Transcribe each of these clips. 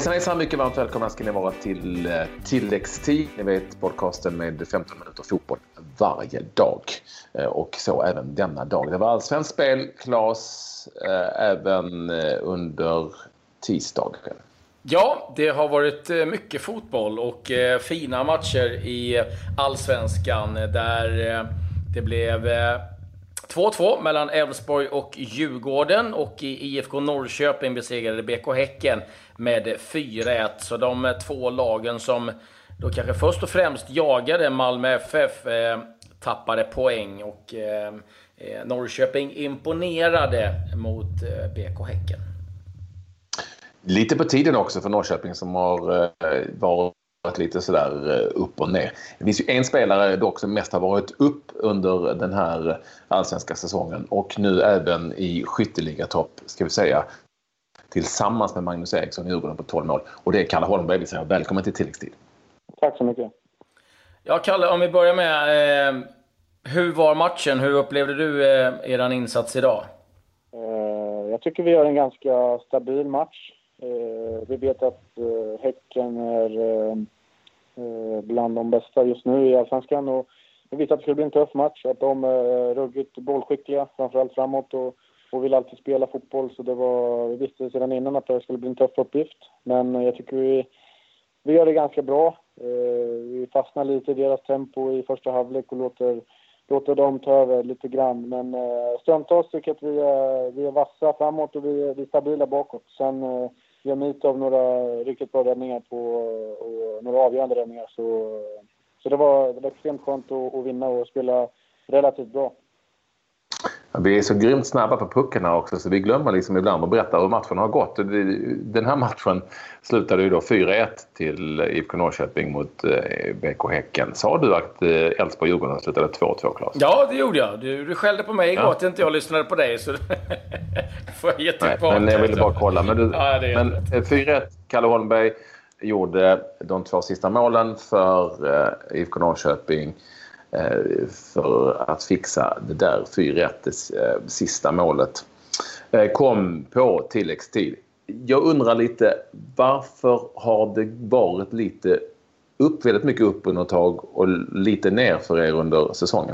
Hejsan, mycket varmt välkomna ska ni vara till tilläggstid. Ni vet, podcasten med 15 minuter fotboll varje dag. Och så även denna dag. Det var allsvenskt spel, Claes, även under tisdagen. Ja, det har varit mycket fotboll och fina matcher i allsvenskan där det blev 2-2 mellan Elfsborg och Djurgården, och i IFK Norrköping besegrade BK Häcken med 4-1. Så de två lagen som då kanske först och främst jagade Malmö FF tappade poäng, och Norrköping imponerade mot BK Häcken. Lite på tiden också för Norrköping som har varit lite sådär upp och ner. Det finns ju en spelare dock som mest har varit upp under den här allsvenska säsongen, och nu även i skytteligatopp, ska vi säga, tillsammans med Magnus Eriksson i Djurgården på 12 mål. Och det är Kalle Holmberg. Vi säger välkommen till tilläggstid. Tack så mycket. Ja, Kalle, om vi börjar med hur var matchen? Hur upplevde du eran insats idag? Jag tycker vi gör en ganska stabil match. Vi vet att Häcken är bland de bästa just nu i allsvenskan, och vi visste att det skulle bli en tuff match, att de är ruggigt bollskickliga, framförallt framåt, och vill alltid spela fotboll, så vi visste sedan innan att det skulle bli en tuff uppgift. Men jag tycker vi gör det ganska bra. Vi fastnar lite i deras tempo i första halvlek och låter dem ta över lite grann. Men stundtals tycker jag att vi är vassa framåt och vi är stabila bakåt. Sen vi har myt av några riktigt bra räddningar och några avgörande räddningar. Så det var extremt skönt att vinna och spela relativt bra. Vi är så grymt snabba på puckarna också, så vi glömmer liksom ibland att berätta hur matchen har gått. Den här matchen slutade ju då 4-1 till IFK Norrköping mot BK Häcken. Sa du att Elfsborg Djurgården slutade 2-2, Claes? Ja, det gjorde jag. Du skällde på mig igår att inte jag lyssnade på dig, så får jag jätteklart. Men jag ville bara kolla. Men 4-1, Kalle Holmberg gjorde de 2 sista målen för IFK Norrköping för att fixa det där 4-1, det sista målet kom på tilläggstid. Jag undrar lite, varför har det varit väldigt mycket upp under ett tag och lite ner för er under säsongen?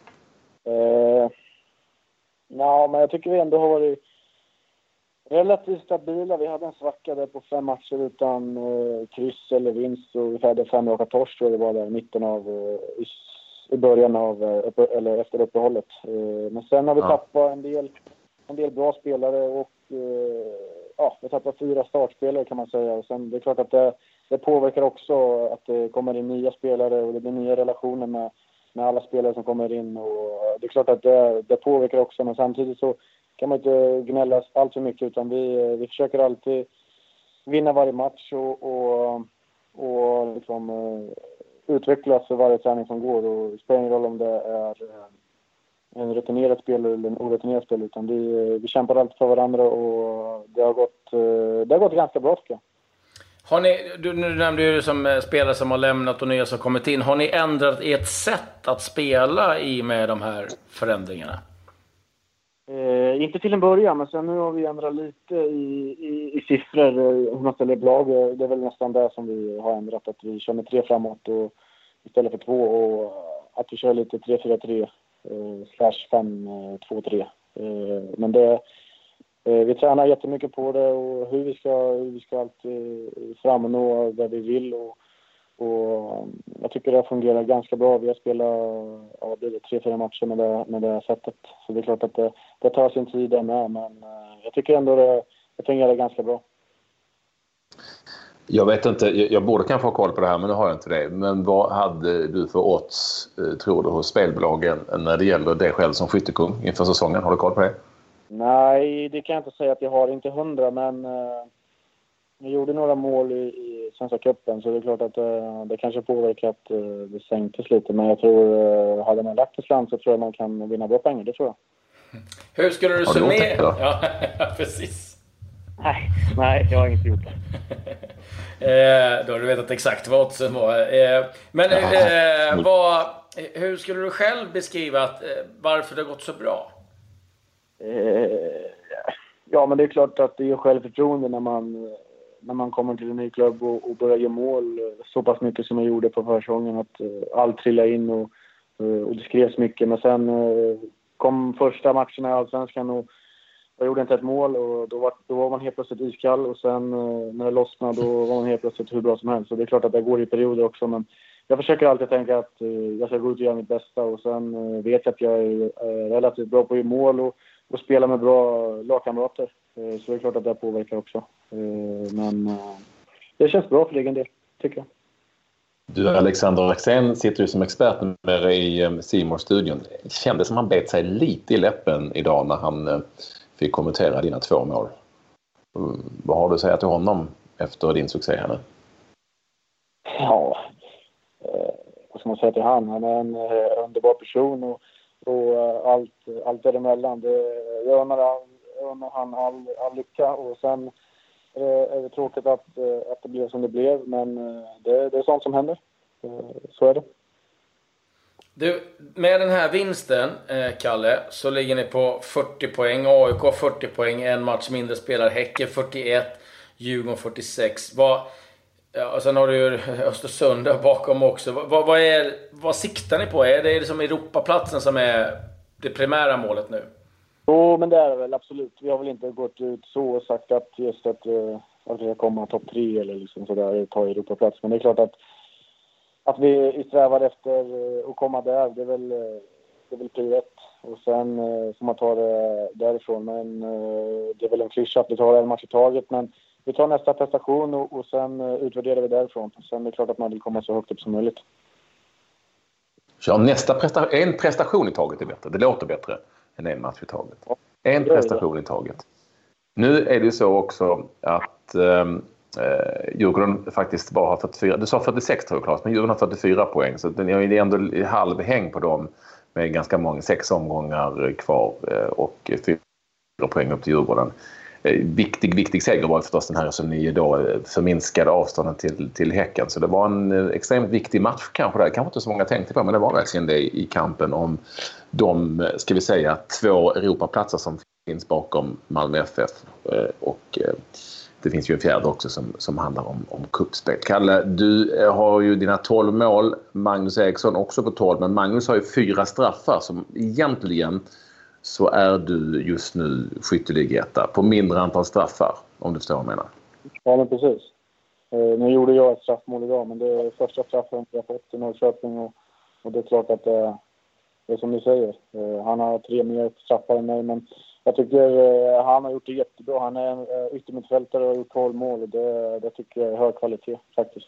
Men jag tycker vi ändå har varit relativt stabila. Vi hade en svacka där på 5 matcher utan kryss eller vinst, och vi hade 5 raka torsk, tror jag det var där i början av eller efter uppehållet. Men sen har vi tappat en del bra spelare, och vi tappat 4 startspelare kan man säga. Och sen det är klart att det påverkar också att det kommer in nya spelare och det blir nya relationer med alla spelare som kommer in, och det är klart att det påverkar också, men samtidigt så kan man inte gnälla allt för mycket, utan vi försöker alltid vinna varje match och liksom utvecklas för varje träning som går, och det spelar ingen roll om det är en rutinerad spelare eller en orutinerad spelare, utan vi kämpar alltid för varandra, och det har gått ganska bra, tycker jag. Du nämnde ju som spelare som har lämnat och nya som kommit in. Har ni ändrat ert sätt att spela i med de här förändringarna? Inte till en början, men sen nu har vi ändrat lite i siffror hur man ställer upp lag. Det är väl nästan det som vi har ändrat, att vi kör med 3 framåt och istället för 2, och att vi kör lite 3-4-3 /5-2-3. Men vi tränar jättemycket på det, och hur vi ska alltid framnå där vi vill, och jag tycker det fungerar ganska bra. Vi har spelat 3-4 matcher med det sättet. Så det är klart att det tar sin tid där med, men jag tycker ändå det fungerar ganska bra. Jag vet inte, jag borde kanske ha koll på det här, men nu har jag inte det. Men vad hade du för odds, tror du, hos spelbolagen när det gäller dig själv som skyttekung inför säsongen? Har du koll på det? Nej, det kan jag inte säga att jag har. Inte 100, men jag gjorde några mål i Svenska cupen, så det är klart att det kanske påverkar att det sänktes lite. Men jag tror, hade man lagt ett slant så tror jag man kan vinna bra pengar, det tror jag. Hur skulle du summera? Ja, precis. Nej, jag har inte gjort det. Då har du vetat exakt vad oddsen var. Men hur skulle du själv beskriva varför det har gått så bra? Ja, men det är klart att det är självförtroende när när man kommer till en ny klubb och börjar göra mål så pass mycket som jag gjorde på försäsongen, att allt trillade in och det skrevs mycket. Men sen kom första matcherna i Allsvenskan och jag gjorde inte ett mål och då var man helt plötsligt iskall, och sen när det lossnade då var man helt plötsligt hur bra som helst. Så det är klart att det går i perioder också, men jag försöker alltid tänka att jag ska gå ut och göra mitt bästa, och sen vet jag att jag är relativt bra på att göra mål och spela med bra lagkamrater. Så det är klart att det påverkar också. Men det känns bra för egen del, tycker jag. Du, Alexander Axén, sitter ju som expert med i C More-studion. Det kändes som han bet sig lite i läppen idag när han fick kommentera dina 2 mål. Vad har du att säga till honom efter din succé här nu? Ja, vad ska man säga till han? Han är en underbar person och allt däremellan. Jag undrar han all lycka, och sen är det tråkigt att det blev som det blev, men det är sånt som händer. Så är det. Du, med den här vinsten, Kalle, så ligger ni på 40 poäng. AIK 40 poäng, en match mindre spelar. Häcken 41, Djurgården 46. Och sen har du ju Östersund där bakom också. Vad siktar ni på? Är det liksom Europaplatsen som är det primära målet nu? Jo, men det är det väl absolut. Vi har väl inte gått ut så och sagt att just att vi ska komma topp 3 eller liksom sådär, ta Europaplats. Men det är klart att vi strävar efter att komma där. Det är väl prio 1. Och sen får man ta det därifrån. Men det är väl en klyscha att vi tar en match i taget. Men vi tar nästa prestation och sen utvärderar vi därifrån. Sen är det klart att man vill komma så högt upp som möjligt. Kör en prestation i taget är bättre. Det låter bättre än en match i taget. En prestation i taget. Nu är det ju så också att Djurgården faktiskt bara har 44. Du sa 46 tror jag, Claes, men Djurgården har 44 poäng. Så det är ändå halvhäng på dem med ganska många, 6 omgångar kvar och 4 poäng upp till Djurgården. Viktig seger var förstås den här som ni då förminskade avstånden till Häcken. Så det var en extremt viktig match kanske där. Kanske inte så många tänkte på, men det var verkligen det i kampen om de, ska vi säga, 2 Europaplatser som finns bakom Malmö FF. Och det finns ju en fjärde också som handlar om kuppspel. Kalle, du har ju dina 12 mål. Magnus Eriksson också på 12, men Magnus har ju 4 straffar som egentligen så är du just nu skytteligetta på mindre antal straffar, om du förstår vad jag menar. Ja, men precis. Nu gjorde jag ett straffmål idag, men det är första straffen jag fått i Norrköping och det är klart att det är som du säger. Han har 3 mer straffar än mig, men jag tycker han har gjort det jättebra. Han är yttermittfältare och har gjort 12 mål och det tycker jag är hög kvalitet faktiskt.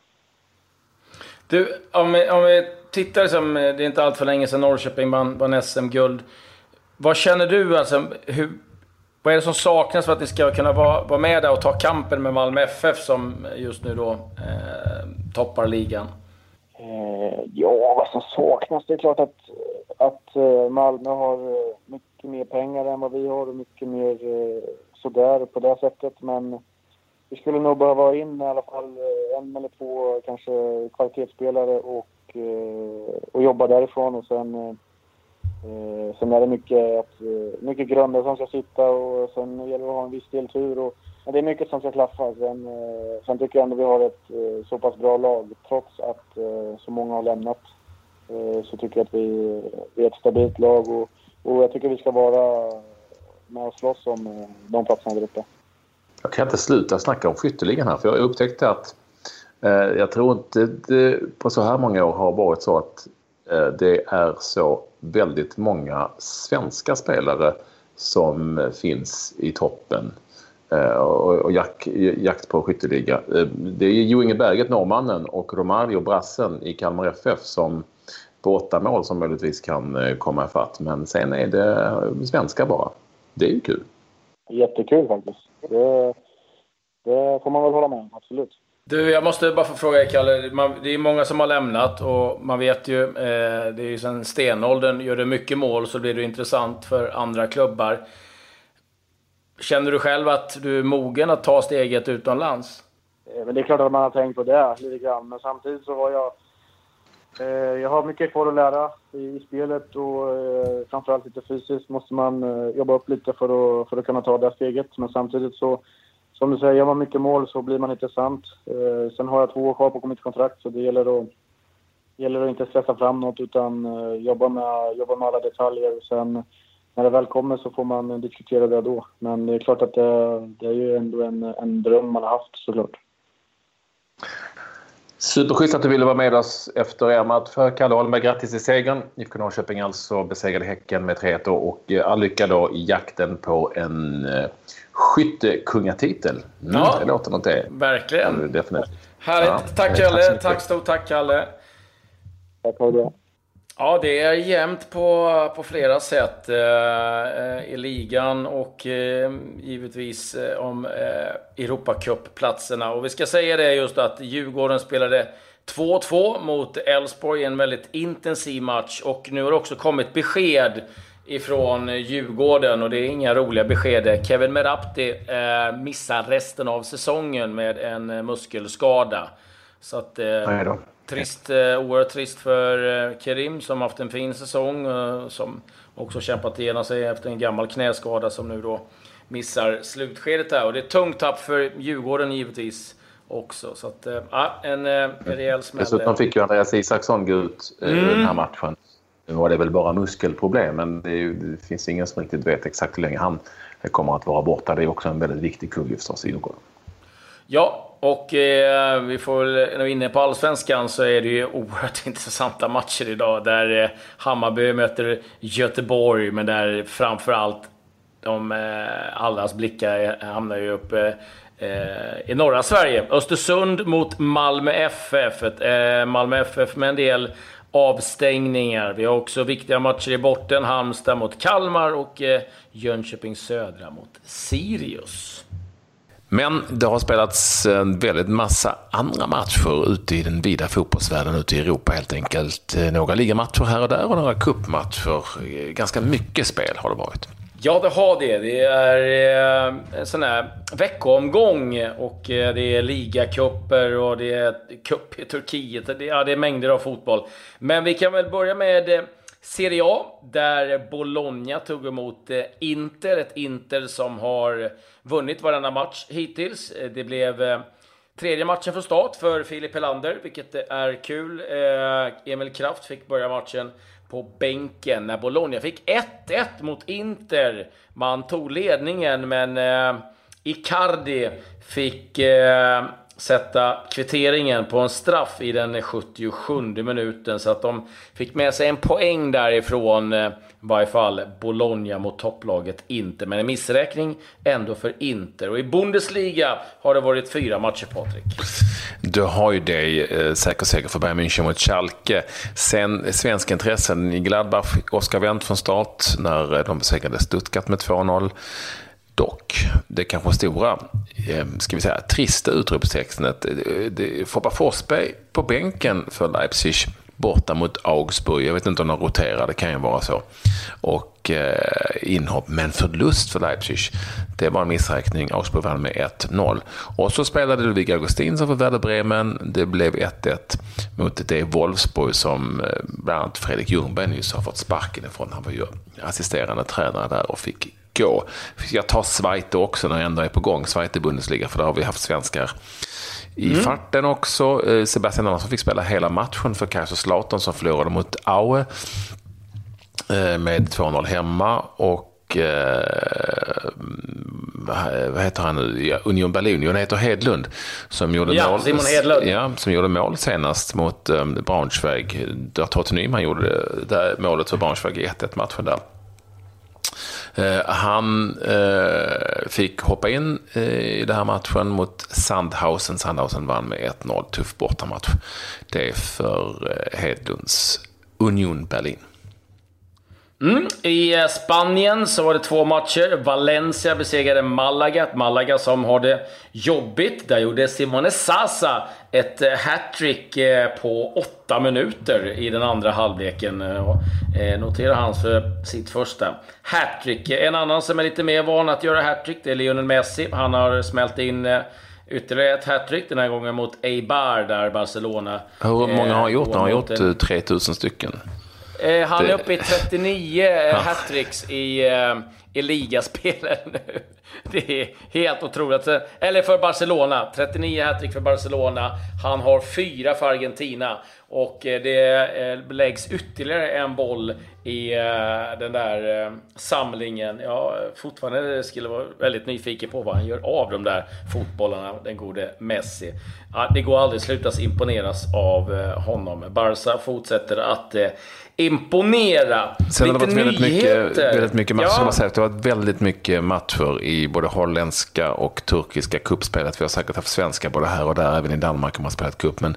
Du, om vi tittar som, det är inte allt för länge sedan Norrköping vann SM-guld. Vad känner du, alltså, vad är det som saknas för att ni ska kunna vara med där och ta kampen med Malmö FF som just nu då toppar ligan? Ja, vad som saknas, det är klart att Malmö har mycket mer pengar än vad vi har och mycket mer sådär på det sättet, men vi skulle nog behöva ha in i alla fall 1 eller 2 kanske kvalitetsspelare och jobba därifrån, och sen är det mycket grunder som ska sitta, och sen gäller det att ha en viss del tur, men det är mycket som ska klaffa. Sen tycker jag ändå vi har ett så pass bra lag, trots att så många har lämnat, så tycker jag att vi är ett stabilt lag, och jag tycker vi ska vara med och slåss om de platserna där uppe. Jag kan inte sluta snacka om skytteligan här, för jag upptäckte att jag tror inte det på så här många år har varit så att det är så väldigt många svenska spelare som finns i toppen och jakt på skytteliga. Det är Jo Inge Berget, norrmannen, och Romario Brassen i Kalmar FF som på 8 mål som möjligtvis kan komma ifatt. Men sen är det svenska bara. Det är ju kul. Jättekul faktiskt. Det får man väl hålla med om, absolut. Du, jag måste bara få fråga dig, Kalle. Det är många som har lämnat och man vet ju, det är ju sen stenåldern, gör du mycket mål så blir det intressant för andra klubbar. Känner du själv att du är mogen att ta steget utomlands? Men det är klart att man har tänkt på det lite grann, men samtidigt så har jag har mycket kvar att lära i spelet, och framförallt lite fysiskt måste man jobba upp lite för att kunna ta det steget. Men samtidigt så som du säger, gör man mycket mål så blir man intressant. Sen har jag 2 år kvar på mitt kontrakt, så det gäller att inte stressa fram något utan jobba med alla detaljer. Sen när det väl kommer så får man diskutera det då. Men det är klart att det är ju ändå en dröm man har haft, såklart. Superschysst att du ville vara med oss efter er match för Kalle Holmberg. Grattis till segern. IFK Norrköping alltså besegrade Häcken med 3-1 och all lycka då i jakten på en skyttekungatitel. Ja, det låter något det. Verkligen. Definitivt. Härligt. Ja, tack Kalle. Tack Kalle. Tack för det. Ja, det är jämnt på flera sätt i ligan och givetvis om Europacup-platserna. Och vi ska säga det just att Djurgården spelade 2-2 mot Elfsborg i en väldigt intensiv match. Och nu har det också kommit besked ifrån Djurgården och det är inga roliga besked. Kevin Merabti missar resten av säsongen med en muskelskada. Så att... oerhört trist för Kerim som haft en fin säsong, som också kämpat igenom sig efter en gammal knäskada som nu då missar slutskedet där. Och det är tungt tapp för Djurgården givetvis också. Så att, en rejäl smäll. Dessutom fick ju Andreas Isaksson gå ut i den här matchen. Nu var det väl bara muskelproblem, men det finns ingen som riktigt vet exakt hur länge han kommer att vara borta. Det är också en väldigt viktig kugg förstås i Djurgården. Ja, och vi får väl, när vi är inne på Allsvenskan så är det ju oerhört intressanta matcher idag där Hammarby möter Göteborg, men där framförallt allas blickar hamnar ju uppe i norra Sverige. Östersund mot Malmö FF. Malmö FF med en del avstängningar. Vi har också viktiga matcher i botten. Halmstad mot Kalmar och Jönköping Södra mot Sirius. Men det har spelats en väldigt massa andra matcher ute i den vida fotbollsvärlden, ute i Europa helt enkelt. Några ligamatcher här och där och några cupmatcher. Ganska mycket spel har det varit. Ja, det har det. Det är en sån här veckoomgång och det är ligacupper och det är cup i Turkiet. Det är mängder av fotboll. Men vi kan väl börja med Serie A, där Bologna tog emot Inter. Ett Inter som har vunnit varenda match hittills. Det blev tredje matchen för start för Filip Helander, vilket är kul. Emil Kraft fick börja matchen på bänken när Bologna fick 1-1 mot Inter. Man tog ledningen, men Icardi fick sätta kvitteringen på en straff i den 77 minuten, så att de fick med sig en poäng därifrån, i varje fall Bologna mot topplaget Inter, men en missräkning ändå för Inter. Och i Bundesliga har det varit 4 matcher, Patrik. Du har ju det säker för Bayern München mot Schalke. Sen svenska intressen i Gladbach, Oskar Wendt från start när de besegrade Stuttgart med 2-0. Dock, det kanske stora, ska vi säga, trista utropstecknet. Foppa Forsberg på bänken för Leipzig borta mot Augsburg. Jag vet inte om de roterar, det kan ju vara så. Och inhopp, men förlust för Leipzig. Det var en missräkning. Augsburg vann med 1-0. Och så spelade Ludvig Augustinsson för Werder Bremen. Det blev 1-1 mot det Wolfsburg som bland annat Fredrik Ljungberg nyss har fått sparken ifrån. Han var ju assisterande tränare där och fick gå. Jag tar Schweiz också när jag ändå är på gång. Schweiz i Bundesliga, för där har vi haft svenskar i farten också. Sebastian Andersson fick spela hela matchen för Kaiserslautern som förlorade mot Aue med 2-0 hemma. Och vad heter han nu? Union Berlin. Union heter Hedlund som gjorde mål. Simon Hedlund. Ja, som gjorde mål senast mot Braunschweig. Där Tottenham han gjorde det målet för Braunschweig i 1-1 matchen där. Han fick hoppa in i den här matchen mot Sandhausen. Sandhausen vann med 1-0, tuff bortamatch. Det är för Hedlunds Union Berlin. I Spanien så var det 2 matcher. Valencia besegrade Malaga som har det jobbigt. Där gjorde Simone Sasa ett hattrick på 8 minuter i den andra halvleken. Noterar han för sitt första hattrick. En annan som är lite mer van att göra hattrick, det är Lionel Messi. Han har smält in ytterligare ett hattrick, den här gången mot Eibar där Barcelona. Hur många har han gjort? Han har gjort 3000 stycken. Han är uppe i 39 hattricks i ligaspelen nu. Det är helt otroligt. Eller för Barcelona, 39 hattrick för Barcelona. Han har 4 för Argentina. Och det läggs ytterligare en boll i den där samlingen. Ja, fortfarande skulle vara väldigt nyfiken på vad han gör av de där fotbollarna, den gode Messi. Ja, det går aldrig slutas imponeras av honom. Barca fortsätter att imponera. Sen har det varit väldigt mycket matcher. Ja. Det har varit väldigt mycket matcher i både holländska och turkiska kuppspelet. Vi har säkert haft svenska både här och där, även i Danmark har man spelat kupp. Men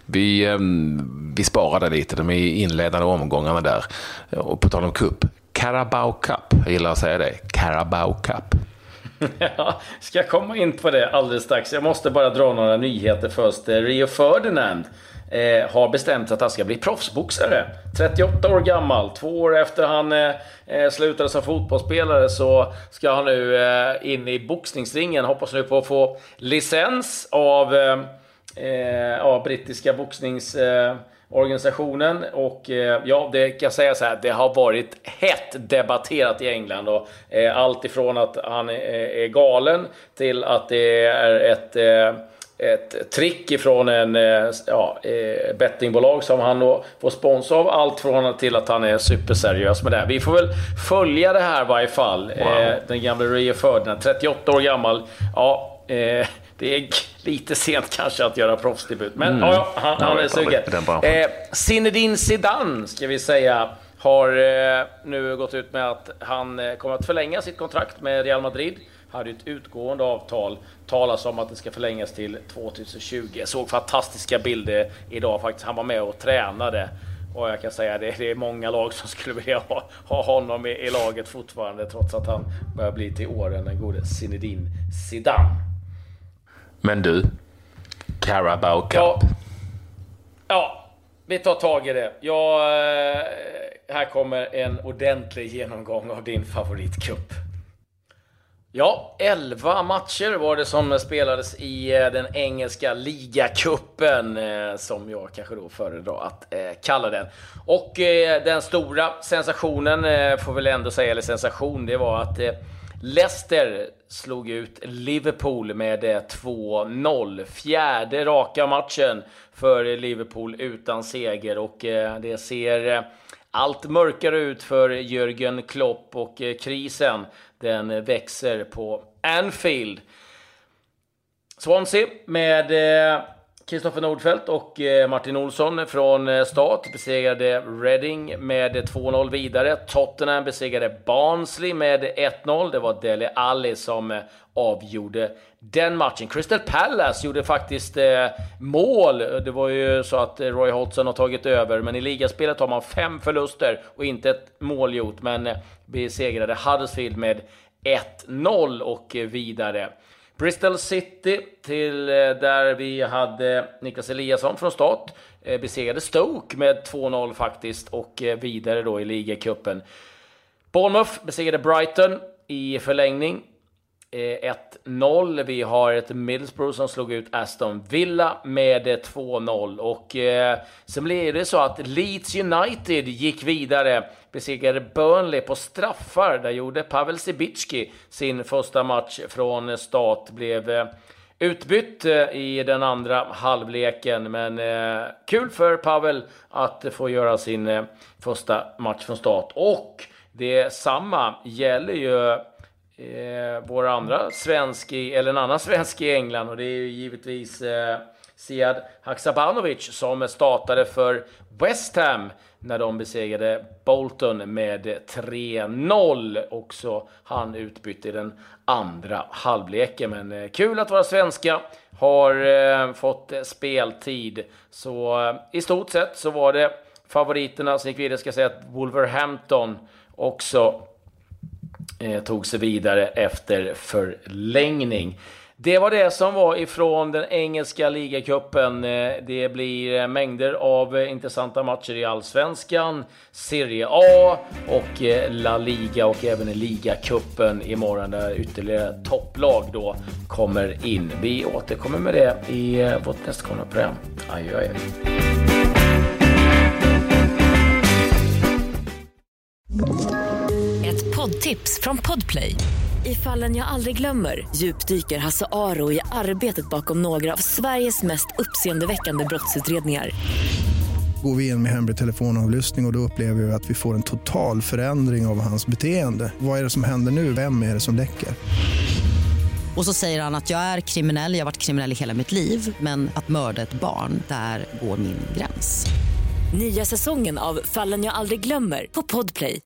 vi sparade lite de inledande omgångarna där. Och på tal om kupp, Carabao Cup, jag gillar att säga det, Carabao Cup. Ja, ska jag komma in på det alldeles strax. Jag måste bara dra några nyheter först. Rio Ferdinand har bestämt att han ska bli proffsboxare. 38 år gammal. 2 år efter han slutade som fotbollsspelare så ska han nu in i boxningsringen. Hoppas nu på att få licens av brittiska boxningsorganisationen. Och ja, det kan jag säga så här, det har varit hett debatterat i England. Och allt ifrån att han är galen till att det är ett trick ifrån en bettingbolag som han då får sponsor av. Allt från till att han är superseriös med det. Vi får väl följa det här i varje fall. Wow. Den gamla Rio Ferdinand, 38 år gammal. Ja, det är lite sent kanske att göra proffsdebut. Men han är sugen. Zinedine Zidane ska vi säga har nu gått ut med att han kommer att förlänga sitt kontrakt med Real Madrid. Hade ett utgående avtal, talas om att det ska förlängas till 2020. Jag såg fantastiska bilder idag faktiskt. Han var med och tränade. Och jag kan säga att det är många lag som skulle vilja ha honom i laget fortfarande, trots att han börjar bli till åren, den gode Zinedine Zidane. Men du, Carabao Cup. Ja, vi tar tag i det. Här kommer en ordentlig genomgång av din favoritcup. Ja, 11 matcher var det som spelades i den engelska ligacupen, som jag kanske då föredrar att kalla den. Och den stora sensationen, får väl ändå säga, eller sensation, det var att Leicester slog ut Liverpool med 2-0. 4:e raka matchen för Liverpool utan seger, och det ser allt mörkare ut för Jürgen Klopp, och krisen den växer på Anfield. Swansea med Kristoffer Nordfeldt och Martin Olsson från start besegrade Reading med 2-0 vidare. Tottenham besegrade Barnsley med 1-0. Det var Dele Alli som avgjorde den matchen. Crystal Palace gjorde faktiskt mål. Det var ju så att Roy Hodgson har tagit över, men i ligaspelet har man 5 förluster och inte ett mål gjort, men besegrade Huddersfield med 1-0 och vidare. Bristol City, till där vi hade Niklas Eliasson från start, besegrade Stoke med 2-0 faktiskt, och vidare då i ligacupen. Bournemouth besegrade Brighton i förlängning 1-0. Vi har ett Middlesbrough som slog ut Aston Villa med 2-0, och sen blev det så att Leeds United gick vidare, besegrade Burnley på straffar. Där gjorde Pavel Sibicki sin första match från start, blev utbytt i den andra halvleken, men kul för Pavel att få göra sin första match från start. Och det samma gäller ju vår andra svensk en annan svensk i England, och det är ju givetvis Sead Haksabanovic som startade för West Ham när de besegrade Bolton med 3-0. Också han utbytte i den andra halvleken, men kul att våra svenska har fått speltid. Så i stort sett så var det favoriterna som gick vidare. Ska säga att Wolverhampton också tog sig vidare efter förlängning. Det var det som var ifrån den engelska ligacupen. Det blir mängder av intressanta matcher i Allsvenskan, Serie A och La Liga, och även i ligacupen imorgon där ytterligare topplag då kommer in. Vi återkommer med det i vårt nästkommande program. Adjö. Ett poddtips från Podplay. I Fallen jag aldrig glömmer djupdyker Hasse Aro i arbetet bakom några av Sveriges mest uppseendeväckande brottsutredningar. Går vi in med hemlig telefonavlyssning och då upplever vi att vi får en total förändring av hans beteende. Vad är det som händer nu? Vem är det som läcker? Och så säger han att jag är kriminell, jag har varit kriminell i hela mitt liv. Men att mörda ett barn, där går min gräns. Nya säsongen av Fallen jag aldrig glömmer på Podplay.